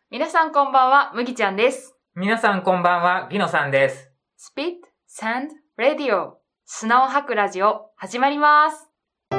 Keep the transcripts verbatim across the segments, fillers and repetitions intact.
皆さんこんばんは、麦ちゃんです。 皆さんこんばんは、ギノさんです。 Spit Sand Radio 砂を吐くラジオ始まります。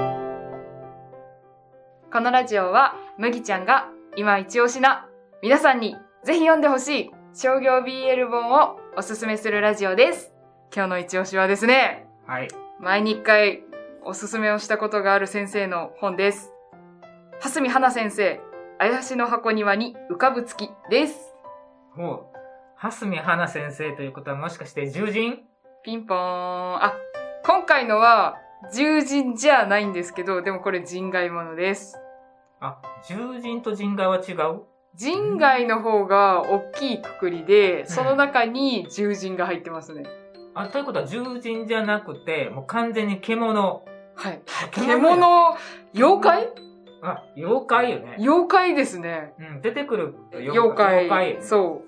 このラジオは麦ちゃんが今一押しな皆さんにぜひ読んでほしい商業 ビーエル 本をおすすめするラジオです。今日の一押しはですね、 はい。 前に一回おすすめをしたことがある先生の本です。蓮見花先生、怪しの箱庭に浮かぶ月です。 ほう。蓮見花先生ということはもしかして獣人？ ピンポーン。あ、今回のは獣人じゃないんですけど、でもこれ人外ものです。 あ、獣人と人外は違う？ 人外の方が大きいくくりで、うん、その中に獣人が入ってますね。 あ、ということは獣人じゃなくて、もう完全に獣。 はい。獣、妖怪？ あ、妖怪よね。 妖怪ですね。 うん、出てくる妖怪。妖怪。そう。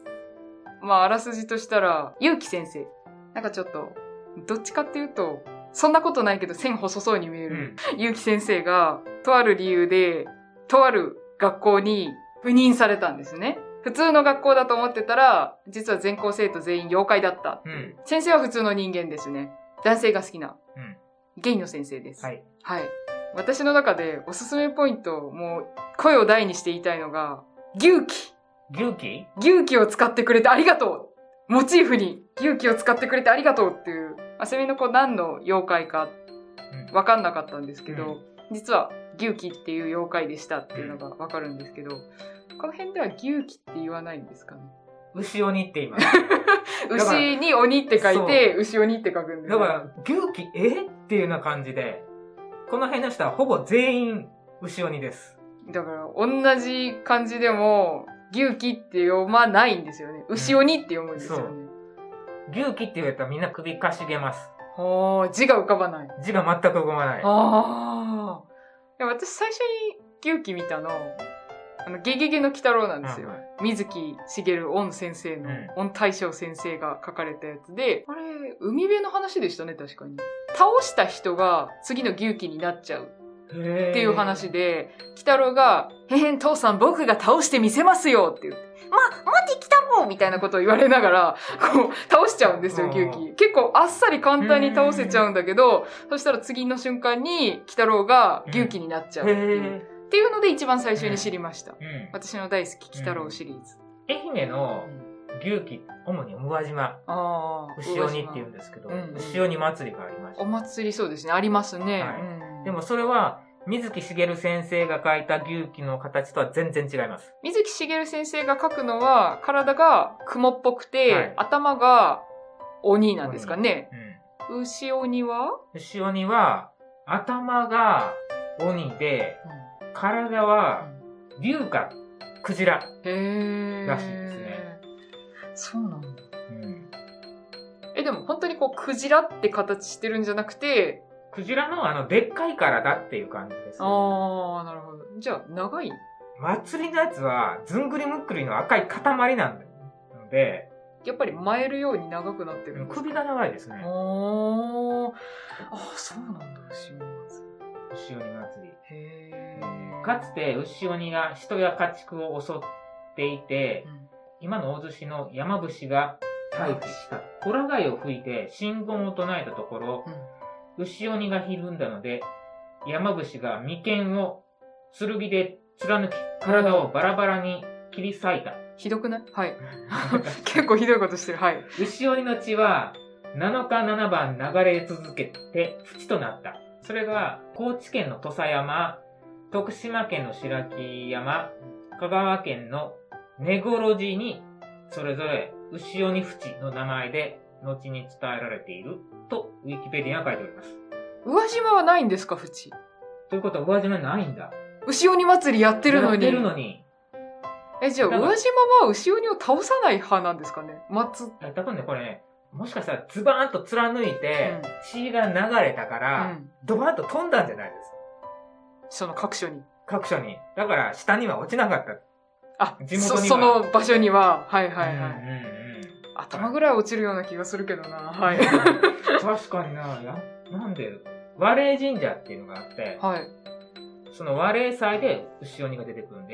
まあ、あらすじとしたら、ゆうき先生。なんかちょっと、どっちかっていうと、そんなことないけど線細そうに見える、うん、ゆうき先生が、とある理由で、とある学校に赴任されたんですね。普通の学校だと思ってたら、実は全校生徒全員妖怪だった。うん、先生は普通の人間ですね。男性が好きな、うん、ゲイの先生です。はい。はい。私の中でおすすめポイント、もう声を大にして言いたいのが、牛気。 牛気？ 牛気を使ってくれてありがとう。モチーフに牛気を使ってくれてありがとうっていう、あせみの子何の妖怪かわかんなかったんですけど、うん、実は牛気っていう妖怪でしたっていうのがわかるんですけど、この辺では牛気って言わないんですかね。 牛鬼って言います。 牛に鬼って書いて、牛鬼って書くんです。 だから、牛気えっていうような感じで、この辺の人はほぼ全員牛鬼です。 だから、同じ漢字でも、牛気って読まないんですよね。牛鬼って読むんですよね。 うん、牛気って言われたらみんな首かしげます。 はあ、字が浮かばない。 字が全く浮かばない。 ああ。いや、私最初に牛気見たの、あの、ゲゲゲの鬼太郎なんですよ。はい、水木しげる恩先生の、うん、恩大将先生が書かれたやつで、あれ、海辺の話でしたね、確かに。倒した人が次の牛気になっちゃう。っていう話で、鬼太郎が、へへん、父さん僕が倒してみせますよって言って、ま、待って鬼太郎みたいなことを言われながら、こう、倒しちゃうんですよ、牛気。結構あっさり簡単に倒せちゃうんだけど、そしたら次の瞬間に、鬼太郎が牛気になっちゃうっていう。っていうので一番最初に知りました。うん、私の大好き、鬼太郎シリーズ。 愛媛の牛気、主に宇和島。ああ。牛鬼って言うんですけど、うんうん、牛鬼祭りがありました。 お祭りそうですね、ありますね。はいうん、でもそれは、水木しげる先生が描いた牛気の形とは全然違います。 水木しげる先生が描くのは、体が雲っぽくて、はい、頭が鬼なんですかね。うん、牛鬼は牛鬼は、頭が鬼で、うん、体は龍かクジラらしいですね。 そうなんだ。うん、え、でも本当にこう、クジラって形してるんじゃなくて、 クジラのあの、でっかいからだっていう感じです、ね。 ああ、なるほど。じゃあ、長い？ 祭りのやつは、ずんぐりむっくりの赤い塊なんだよ。ので、 やっぱり舞えるように長くなってるんですか？ 首が長いですね。ああ、あ、そうなんだ、牛鬼祭り。 牛鬼祭り。へー。かつて、牛鬼が人や家畜を襲っていて、うん、今の大洲市の山伏が退治した。ホラ貝を吹いて神言を唱えたところ、うん牛鬼がひるんだので、山伏が眉間を剣で貫き、体をバラバラに切り裂いた。 ひどくない？はい。結構ひどいことしてる。はい。 牛鬼の血はなのかななばん流れ続けて淵となった。それが高知県の土佐山、徳島県の白木山、香川県の根室寺にそれぞれ牛鬼淵の名前で後に伝えられているとウィキペディアが書いております。 宇和島はないんですか、淵。 ということは宇和島ないんだ。 牛鬼祭りやってるのに。 やってるのに。 え、じゃあ宇和島は牛鬼を倒さない派なんですかね。松。 多分ね、これね、もしかしたらズバーンと貫いて、うん、血が流れたから、うん、ドバーンと飛んだんじゃないですか。 その各所に。 各所に。だから下には落ちなかった。 あ、地元には。そ、その場所には。はいはいはい。うんうんうん頭ぐらい落ちるような気がするけどな。はい。 確かにな。や、なんで、和霊神社っていうのがあって、はい。その和霊祭で牛鬼が出てくるんで、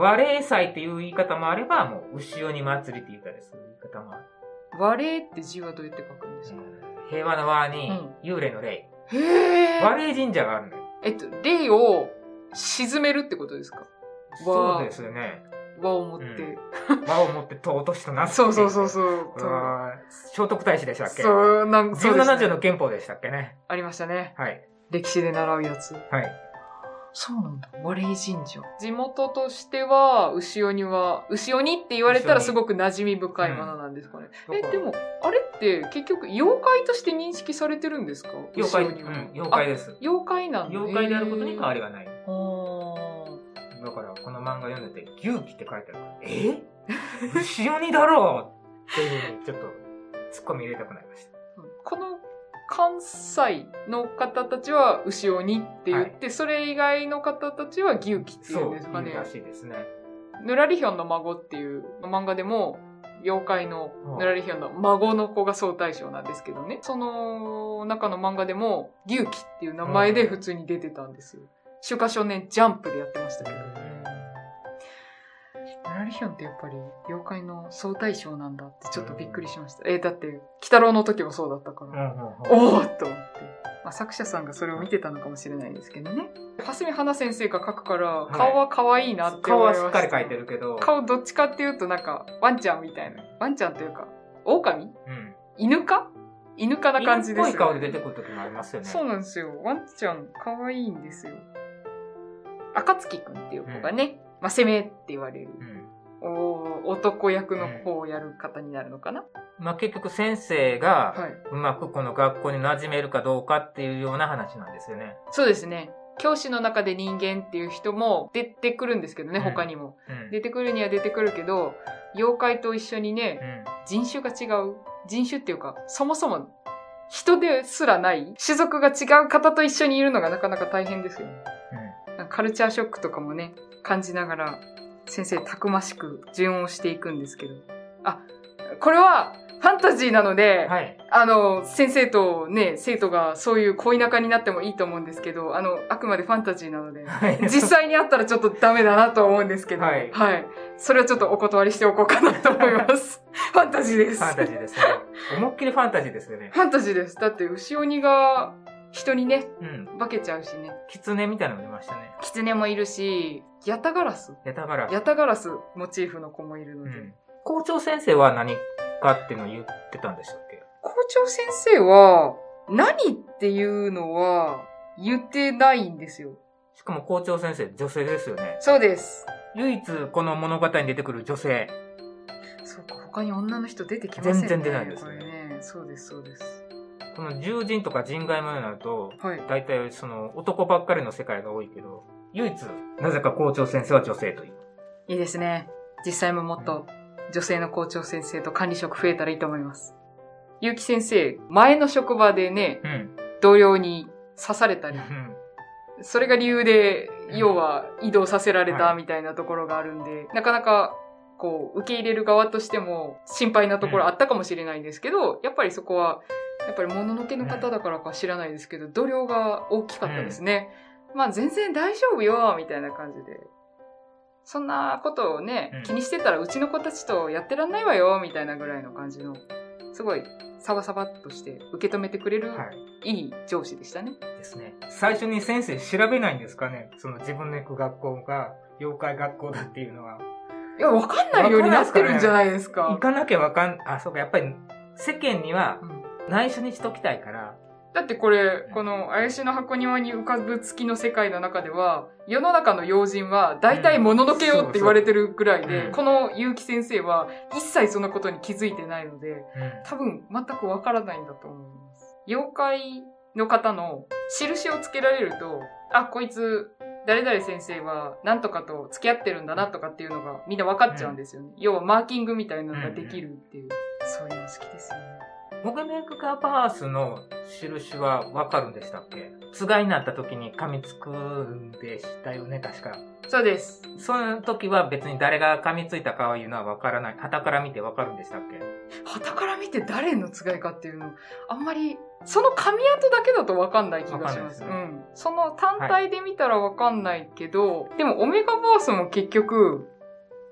和霊祭っていう言い方もあれば、もう、牛鬼祭りって言ったりする言い方もある。 和霊って字はどうやって書くんですか？ うん、平和の和に、幽霊の霊。 うん、へー。 和霊神社があるのよ。 えっと、霊を沈めるってことですか？ そうですよね。 和を持って。 うん、和を持って尊しとなって。 そうそうそうそう。 聖徳太子でしたっけ？ そう、なんか、 じゅうなな条の憲法でしたっけね。 ありましたね。 はい。 歴史で習うやつ。 はい。 そうなんだ。和霊神社。地元としては、牛鬼は、牛鬼って言われたらすごく馴染み深いものなんですかね。うん、え、でも、あれって結局、妖怪として認識されてるんですか？ 妖怪、うん、妖怪です。 妖怪なんだ。 妖怪であることに変わりはない。だから、この漫画読んでて、牛鬼って書いてあるから、え牛鬼だろうっていうふうに、ちょっと、ツッコミ入れたくなりました。 この関西の方たちは牛鬼って言って、はい、それ以外の方たちは牛鬼って言うんですかね。 そうらしいですね。 ぬらりひょんの孫っていう漫画でも、妖怪のぬらりひょんの孫の子が総大将なんですけどね。その中の漫画でも、牛鬼っていう名前で普通に出てたんですよ。週刊少年ジャンプでやってましたけどね。ぬらりひょんってやっぱり妖怪の総大将なんだってちょっとびっくりしました。えー、だって、鬼太郎の時もそうだったから。おーっと思って。まあ、作者さんがそれを見てたのかもしれないですけどね。蓮見花先生が描くから、顔は可愛いなって思いました。 顔はしっかり描いてるけど。 顔どっちかっていうとなんか、ワンちゃんみたいな。ワンちゃんというか、狼？うん。犬か犬かな感じですよね。 犬っぽい顔で出てくる時もありますよね。 そうなんですよ。ワンちゃん可愛いんですよ。暁くんっていう子がね、うん、まあ、攻めって言われる。うん男役の方をやる方になるのかな、 うん、まあ結局先生がうまくこの学校に馴染めるかどうかっていうような話なんですよね。 そうですね。教師の中で人間っていう人も出てくるんですけどね、うん、他にも、うん。出てくるには出てくるけど、妖怪と一緒にね、うん、人種が違う。人種っていうか、そもそも人ですらない種族が違う方と一緒にいるのがなかなか大変ですよね。うん、カルチャーショックとかもね、感じながら、先生たくましく順応していくんですけど。あ、これはファンタジーなので、はい、あの、先生とね、生徒がそういう恋仲になってもいいと思うんですけど、あの、あくまでファンタジーなので、はい、実際にあったらちょっとダメだなと思うんですけど、はい。はい。それはちょっとお断りしておこうかなと思います。ファンタジーです。 ファンタジーですね。思いっきりファンタジーですよね。 ファンタジーです。だって、牛鬼が人にね、うん、化けちゃうしね。 狐みたいなのもいましたね。 狐もいるし、ヤタガラスヤタガラス。 ヤタガラスモチーフの子もいるので。うん、 校長先生は何かっていうのを言ってたんでしたっけ？ 校長先生は、何っていうのは言ってないんですよ。 しかも校長先生、女性ですよね。 そうです。 唯一この物語に出てくる女性。 そうか、他に女の人出てきませんね。 全然出ないですね。 これね。そうです、そうです。 この獣人とか人外物になると、はい、大体その男ばっかりの世界が多いけど、唯一、なぜか校長先生は女性という。 いいですね。実際ももっと女性の校長先生と管理職増えたらいいと思います。結城先生、前の職場でね、うん、同僚に刺されたり、うん、それが理由で、要は移動させられたみたいなところがあるんで、はい、なかなかこう、受け入れる側としても心配なところあったかもしれないんですけど、うん、やっぱりそこは、やっぱり物のけの方だからか知らないですけど、度量が大きかったですね。うん、まあ全然大丈夫よ、みたいな感じで。そんなことをね、うん、気にしてたらうちの子たちとやってらんないわよ、みたいなぐらいの感じの、すごいサバサバっとして受け止めてくれる、はい、いい上司でしたね。 ですね。最初に先生調べないんですかね？その自分の行く学校が妖怪学校だっていうのは。 いや、わかんないようになってるんじゃないですか。 行かなきゃわかん、あ、そうか、やっぱり世間には内緒にしときたいから、 だってこれ、この怪しの箱庭に浮かぶ月の世界の中では、世の中の要人は大体物のけよって言われてるぐらいで、うん、この結城先生は一切そのことに気づいてないので、うん、多分全くわからないんだと思います。妖怪の方の印をつけられると、あ、こいつ、誰々先生は何とかと付き合ってるんだなとかっていうのがみんな分かっちゃうんですよね。うん、要はマーキングみたいなのができるっていう。うん、そういうの好きですよね。 モグメクカパースの印はわかるんでしたっけ？つがいになった時に噛みつくんでしたよね、確か。 そうです。 その時は別に誰が噛みついたかいうのはわからない。旗から見てわかるんでしたっけ？ 旗から見て誰のつがいかっていうの、あんまり、その噛み跡だけだとわかんない気がします。すね、うん。その単体で見たらわかんないけど、はい、でもオメガバースも結局、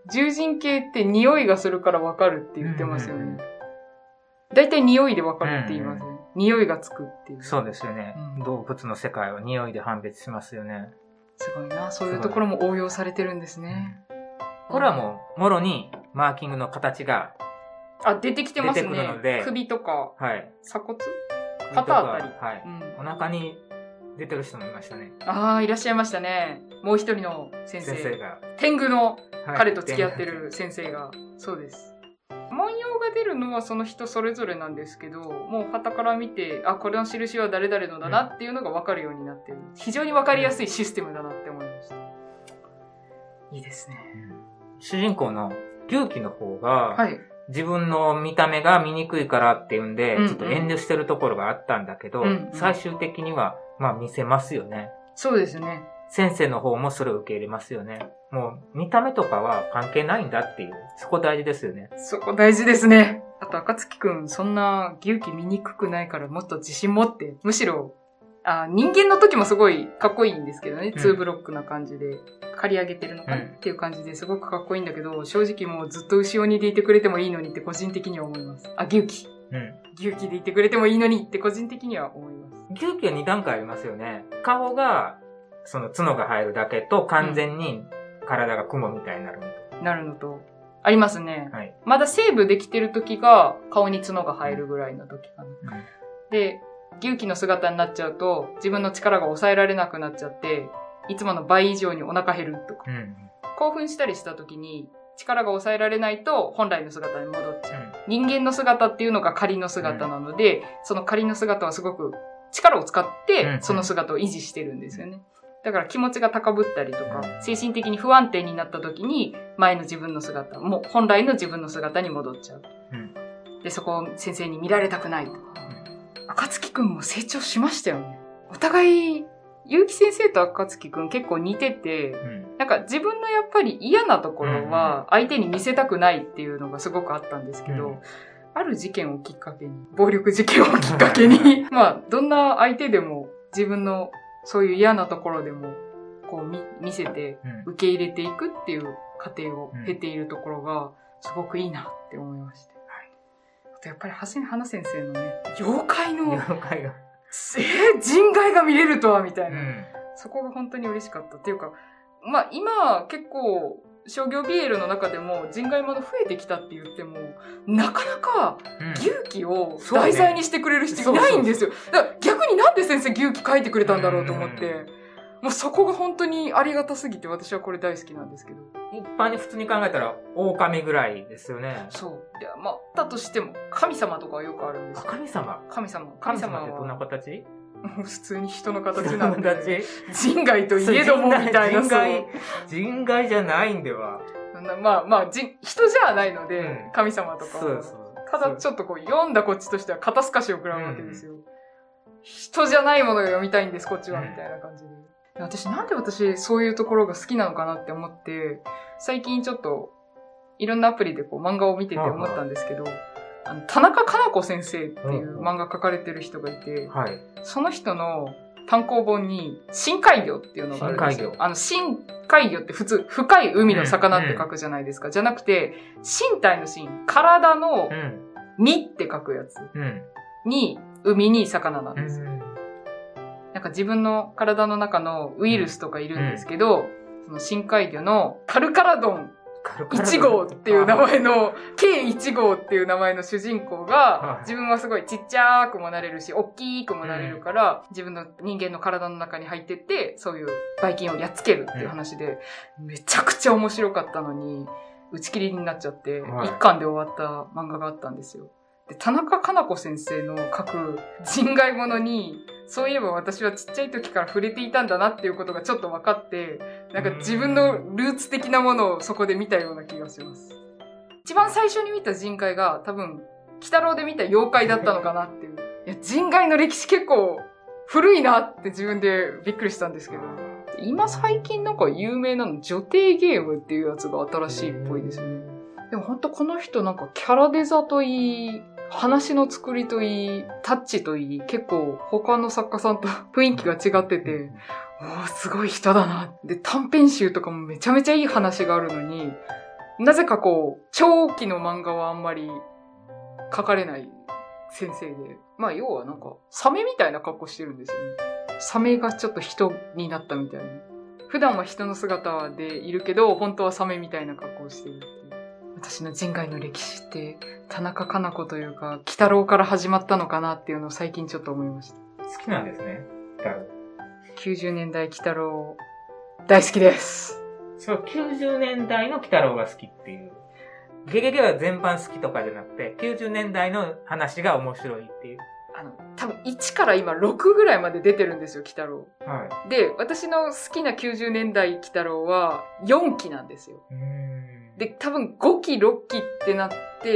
獣人系って匂いがするからわかるって言ってますよね。だいたい匂いでわかるって言いますね。うんうん、匂いがつくっていう。 そうですよね、うん。動物の世界は匂いで判別しますよね。 すごいな。そういうところも応用されてるんですね。 これはもう、もろにマーキングの形があ、出てきてますね。 出てくるので。 首とか、 はい、 鎖骨肩あたり。 はい、うん。お腹に出てる人もいましたね。 ああ、いらっしゃいましたね。もう一人の先生。 先生が。 天狗の彼と付き合ってる先生が。はい、そうです。文様が出るのはその人それぞれなんですけど、もう傍から見て、あ、これの印は誰々のだなっていうのが分かるようになってる。うん、非常に分かりやすいシステムだなって思いました。いいですね。 うん、主人公の牛鬼の方が、 はい、 自分の見た目が見にくいからっていうんで、うんうん、ちょっと遠慮してるところがあったんだけど、うんうん、最終的には、まあ見せますよね。 そうですね。 先生の方もそれを受け入れますよね。もう見た目とかは関係ないんだっていう、そこ大事ですよね。 そこ大事ですね。あと、暁くん、そんな牛鬼見にくくないからもっと自信持って、むしろ、あ、人間の時もすごいかっこいいんですけどね、うん、ツーブロックな感じで、刈り上げてるのかな、うん、っていう感じですごくかっこいいんだけど、正直もうずっと後ろにでいてくれてもいいのにって個人的には思います。あ、牛鬼。うん。牛鬼でいてくれてもいいのにって個人的には思います。 牛鬼はに段階ありますよね。顔が、その角が生えるだけと完全に体が雲みたいになるのと。 うん、なるのと。ありますね。 はい。 まだセーブできてる時が顔に角が生えるぐらいの時かな。うん、で、牛鬼の姿になっちゃうと自分の力が抑えられなくなっちゃって、いつもの倍以上にお腹減るとか。うん、興奮したりした時に力が抑えられないと本来の姿に戻っちゃう。うん、人間の姿っていうのが仮の姿なので、うん、その仮の姿はすごく力を使ってその姿を維持してるんですよね。うん、だから気持ちが高ぶったりとか、精神的に不安定になった時に前の自分の姿、もう本来の自分の姿に戻っちゃう。うん、で、そこを先生に見られたくないとか。うん、暁くんも成長しましたよね。お互い、結城先生と暁くん結構似てて、うん、なんか自分のやっぱり嫌なところは相手に見せたくないっていうのがすごくあったんですけど、うん、ある事件をきっかけに、暴力事件をきっかけに、まあ、どんな相手でも自分のそういう嫌なところでも、こう見、見せて、受け入れていくっていう過程を経ているところが、すごくいいなって思いまして。はい。あとやっぱり、橋花先生のね、妖怪の、 妖怪が。 えー、人外が見れるとは、みたいな、うん。そこが本当に嬉しかった。っていうか、まあ今、結構、商業 ビーエル の中でも人外もの増えてきたって言っても、なかなか牛鬼を題材にしてくれる人いないんですよ。だから逆になんで先生牛鬼書いてくれたんだろうと思って、もうそこが本当にありがたすぎて私はこれ大好きなんですけど。 一般に普通に考えたら狼ぐらいですよね。 そう。で、まあ、だとしても神様とかはよくあるんですよ。 神様神様。 神様ってどんな形？ 普通に人の形なんで。人外といえどもみたいな。 人外、人外じゃないんでは。 まあまあ、人、人じゃないので、うん、神様とかは。そうそう。ただちょっとこう、読んだこっちとしては肩透かしを食らうわけですよ。うん、人じゃないものを読みたいんです、こっちは、みたいな感じで。うん、私、なんで私、そういうところが好きなのかなって思って、最近ちょっと、いろんなアプリでこう、漫画を見てて思ったんですけど、あの田中かな子先生っていう漫画描かれてる人がいて、 はい、 その人の単行本に深海魚っていうのがあるんですよ。あの深海魚って普通深い海の魚って書くじゃないですか。うん、じゃなくて身体の身、体の身って書くやつに、うん、海に魚なんですよ。うん、なんか自分の体の中のウイルスとかいるんですけど、うん、その深海魚のカルカラドンいち号っていう名前の、ケーいち号っていう名前の主人公が、自分はすごいちっちゃくもなれるし、大きくもなれるから、自分の人間の体の中に入ってって、そういうばい菌をやっつけるっていう話で、めちゃくちゃ面白かったのに、打ち切りになっちゃって、一巻で終わった漫画があったんですよ。で、田中かな子先生の書く人外ものに、そういえば私はちっちゃい時から触れていたんだなっていうことがちょっと分かって、なんか自分のルーツ的なものをそこで見たような気がします。一番最初に見た人外が多分、鬼太郎で見た妖怪だったのかなっていう。いや、人外の歴史結構古いなって自分でびっくりしたんですけど。今最近なんか有名なの女帝ゲームっていうやつが新しいっぽいですね。でも本当この人なんかキャラデザといい、話の作りといい、タッチといい、結構他の作家さんと雰囲気が違ってて、おー、すごい人だな。で、短編集とかもめちゃめちゃいい話があるのに、 なぜかこう、長期の漫画はあんまり描かれない先生で、まあ要はなんか、サメみたいな格好してるんですよね。サメがちょっと人になったみたいな。普段は人の姿でいるけど、本当はサメみたいな格好をしてるっていう。私の人外の歴史って、田中かな子というか、鬼太郎から始まったのかなっていうのを最近ちょっと思いました。 好きなんですね、鬼太郎。 きゅうじゅうねんだい鬼太郎、大好きです。 そう、きゅうじゅうねんだいの鬼太郎が好きっていう。ゲゲゲは全般好きとかじゃなくて、きゅうじゅうねんだいの話が面白いっていう。 あの、多分いちから今ろくぐらいまで出てるんですよ、鬼太郎。 はい。 で、私の好きなきゅうじゅうねんだい鬼太郎はよんきなんですよ。 うーんで、多分ごき、ろっきってなって、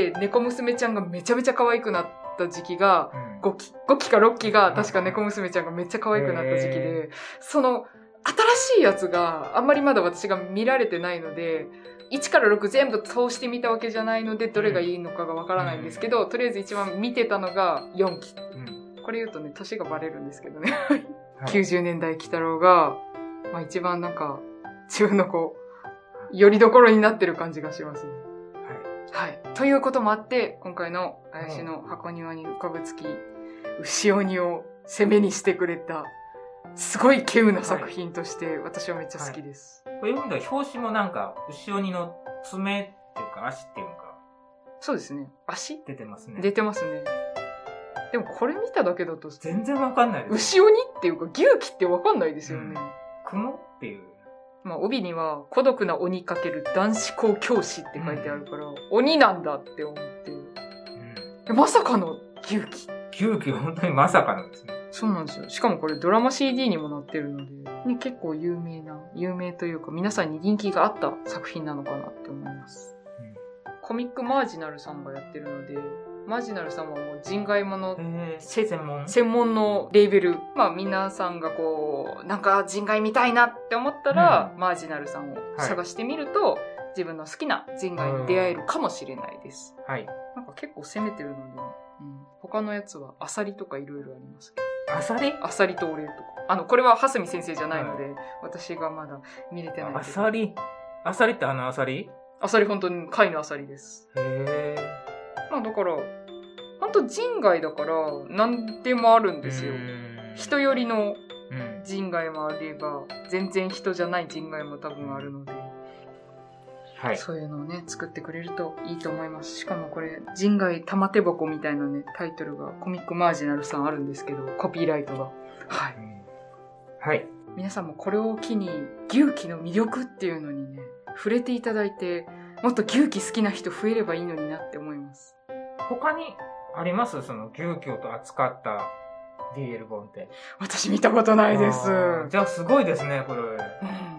猫娘ちゃんがめちゃめちゃ可愛くなった時期がごき。ごきかろっきが確か猫娘ちゃんがめっちゃ可愛くなった時期で、その新しいやつがあんまりまだ私が見られてないので、いちからろく全部通してみたわけじゃないので、どれがいいのかがわからないんですけど、とりあえず一番見てたのがよんき。うん、これ言うとね、年がバレるんですけどね。はい、きゅうじゅうねんだい鬼太郎が、まあ一番なんか、自分のこう、よりどころになってる感じがしますね。はい。はい。ということもあって、今回の林の箱庭に浮かぶ月、牛鬼を攻めにしてくれた、すごい稀有な作品として、私はめっちゃ好きです。 はい、これ読んだら表紙もなんか、牛鬼の爪っていうか足っていうのか。 そうですね。足出てますね。 出てますね。でもこれ見ただけだと、 全然わかんないです。 牛鬼っていうか、牛鬼ってわかんないですよね。うん、 雲っていう。 まあ、帯には、孤独な鬼かける男子校教師って書いてあるから、うん、鬼なんだって思って。うん、まさかの牛鬼。 牛鬼本当にまさかのですね。 そうなんですよ。しかもこれドラマ シーディー にもなってるので、ね、結構有名な、有名というか皆さんに人気があった作品なのかなって思います。うん、コミックマージナルさんがやってるので、マージナルさんはもう人外もの、 えー、専門専門のレーベル。まあ皆さんがこう、なんか人外見たいなって思ったら、うん、マージナルさんを探してみると、はい、自分の好きな人外に出会えるかもしれないです。はい。なんか結構攻めてるので、うん、他のやつはアサリとかいろいろありますけど。 アサリ？ アサリとお礼とか。あの、これは蓮見先生じゃないので、はい、私がまだ見れてない。 アサリ？アサリってあのアサリ？ アサリ本当に貝のアサリです。へー。まあだから、ほんと人外だから何でもあるんですよ。人寄りの人外もあれば、全然人じゃない人外も多分あるので、はい、そういうのをね、作ってくれるといいと思います。しかもこれ、人外玉手箱みたいなね、タイトルがコミックマージナルさんあるんですけど、コピーライトが。はい。 はい。 皆さんもこれを機に、牛鬼の魅力っていうのにね、触れていただいて、もっと牛鬼好きな人増えればいいのになって思います。 他にあります？その牛鬼を扱った ディーエル 本って。 私見たことないです。 じゃあすごいですね、これ。うん、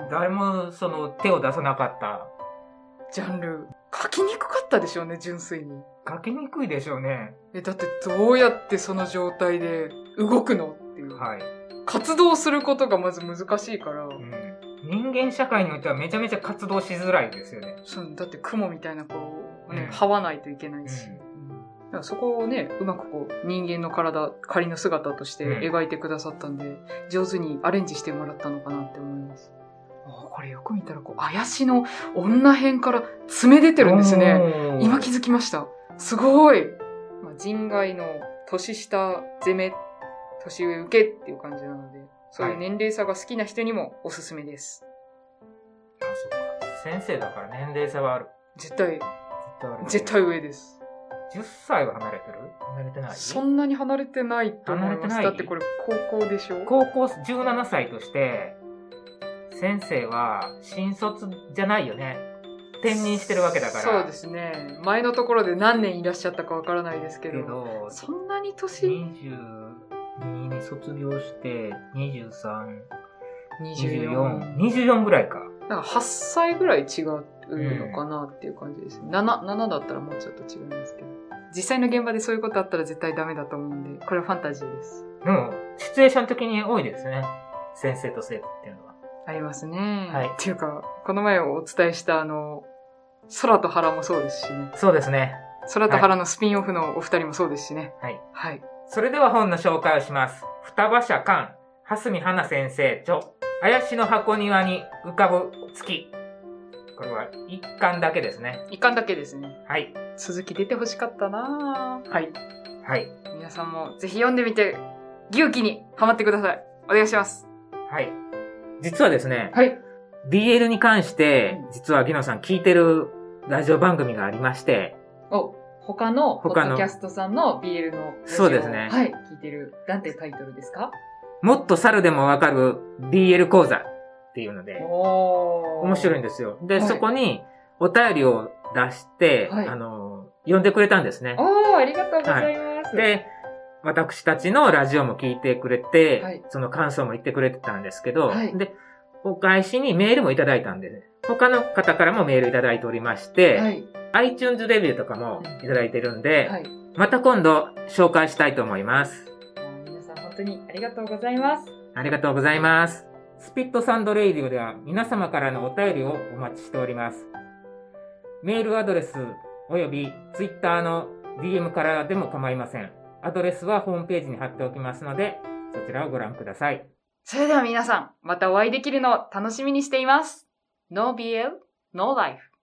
誰もその手を出さなかった。 ジャンル。書きにくかったでしょうね、純粋に。 書きにくいでしょうね。 え、だってどうやってその状態で動くのっていう。はい。活動することがまず難しいから。うん、 人間社会においてはめちゃめちゃ活動しづらいですよね。 そう、だって雲みたいなこう、ね、うん、這わないといけないし。うんそこをね、うまくこう、人間の体、仮の姿として描いてくださったんで、うん、上手にアレンジしてもらったのかなって思います。あ、これよく見たら、こう、怪しの女編から爪出てるんですね。今気づきました。すごい。まあ、人外の年下攻め、年上受けっていう感じなので、そういう年齢差が好きな人にもおすすめです。 はい、あ、そっか。先生だから年齢差はある。 絶対、 絶対ある。 絶対上です。 じゅっさいは離れてる？離れてない？ そんなに離れてないと思います。だってこれ高校でしょ？ 高校じゅうななさいとして、先生は新卒じゃないよね。転任してるわけだから。 そうですね。前のところで何年いらっしゃったかわからないですけど。けどそんなに年？ にじゅうにに卒業して、にじゅうさん、 にじゅうよん。 にじゅうよんぐらいか。 だからはっさいぐらい違うのかなっていう感じですね。うん、なな、ななだったらもうちょっと違いますけど。実際の現場でそういうことあったら絶対ダメだと思うんで、これはファンタジーです。 でも、シチュエーション的に多いですね。先生と生徒っていうのは。 ありますね。はい。っていうか、この前お伝えしたあの、空と原もそうですしね。 そうですね。 空と原のスピンオフのお二人もそうですしね。はい。はい。 それでは本の紹介をします。双葉社館、蓮見花先生著、林の箱庭に浮かぶ月。 これは一巻だけですね。 一巻だけですね。 はい。 続き出てほしかったなぁ。はい。 はい。 皆さんもぜひ読んでみて、牛鬼にハマってください。お願いします。 はい。実はですね。 はい。 ディーエル に関して、実はギノさん聞いてるラジオ番組がありまして。 お、他のポッドキャストさんの ビーエル のラジオ。 そうですね。 はい。聞いてる。なんてタイトルですか？ もっと猿でもわかる ディーエル 講座っていうので、面白いんですよ。で、はい、そこにお便りを出して、はい、あの、呼んでくれたんですね。 おー、ありがとうございます。 はい、で、私たちのラジオも聞いてくれて、はい、その感想も言ってくれてたんですけど、はい、で、お返しにメールもいただいたんで、他の方からもメールいただいておりまして、はい、iTunes レビューとかもいただいてるんで、はい、また今度紹介したいと思います。 皆さん本当にありがとうございます。 ありがとうございます。スピットサンドレイディオでは皆様からのお便りをお待ちしております。メールアドレスおよび Twitter の ディーエム からでも構いません。アドレスはホームページに貼っておきますので、そちらをご覧ください。 それでは皆さん、またお会いできるのを楽しみにしています。No ビーエル、No Life。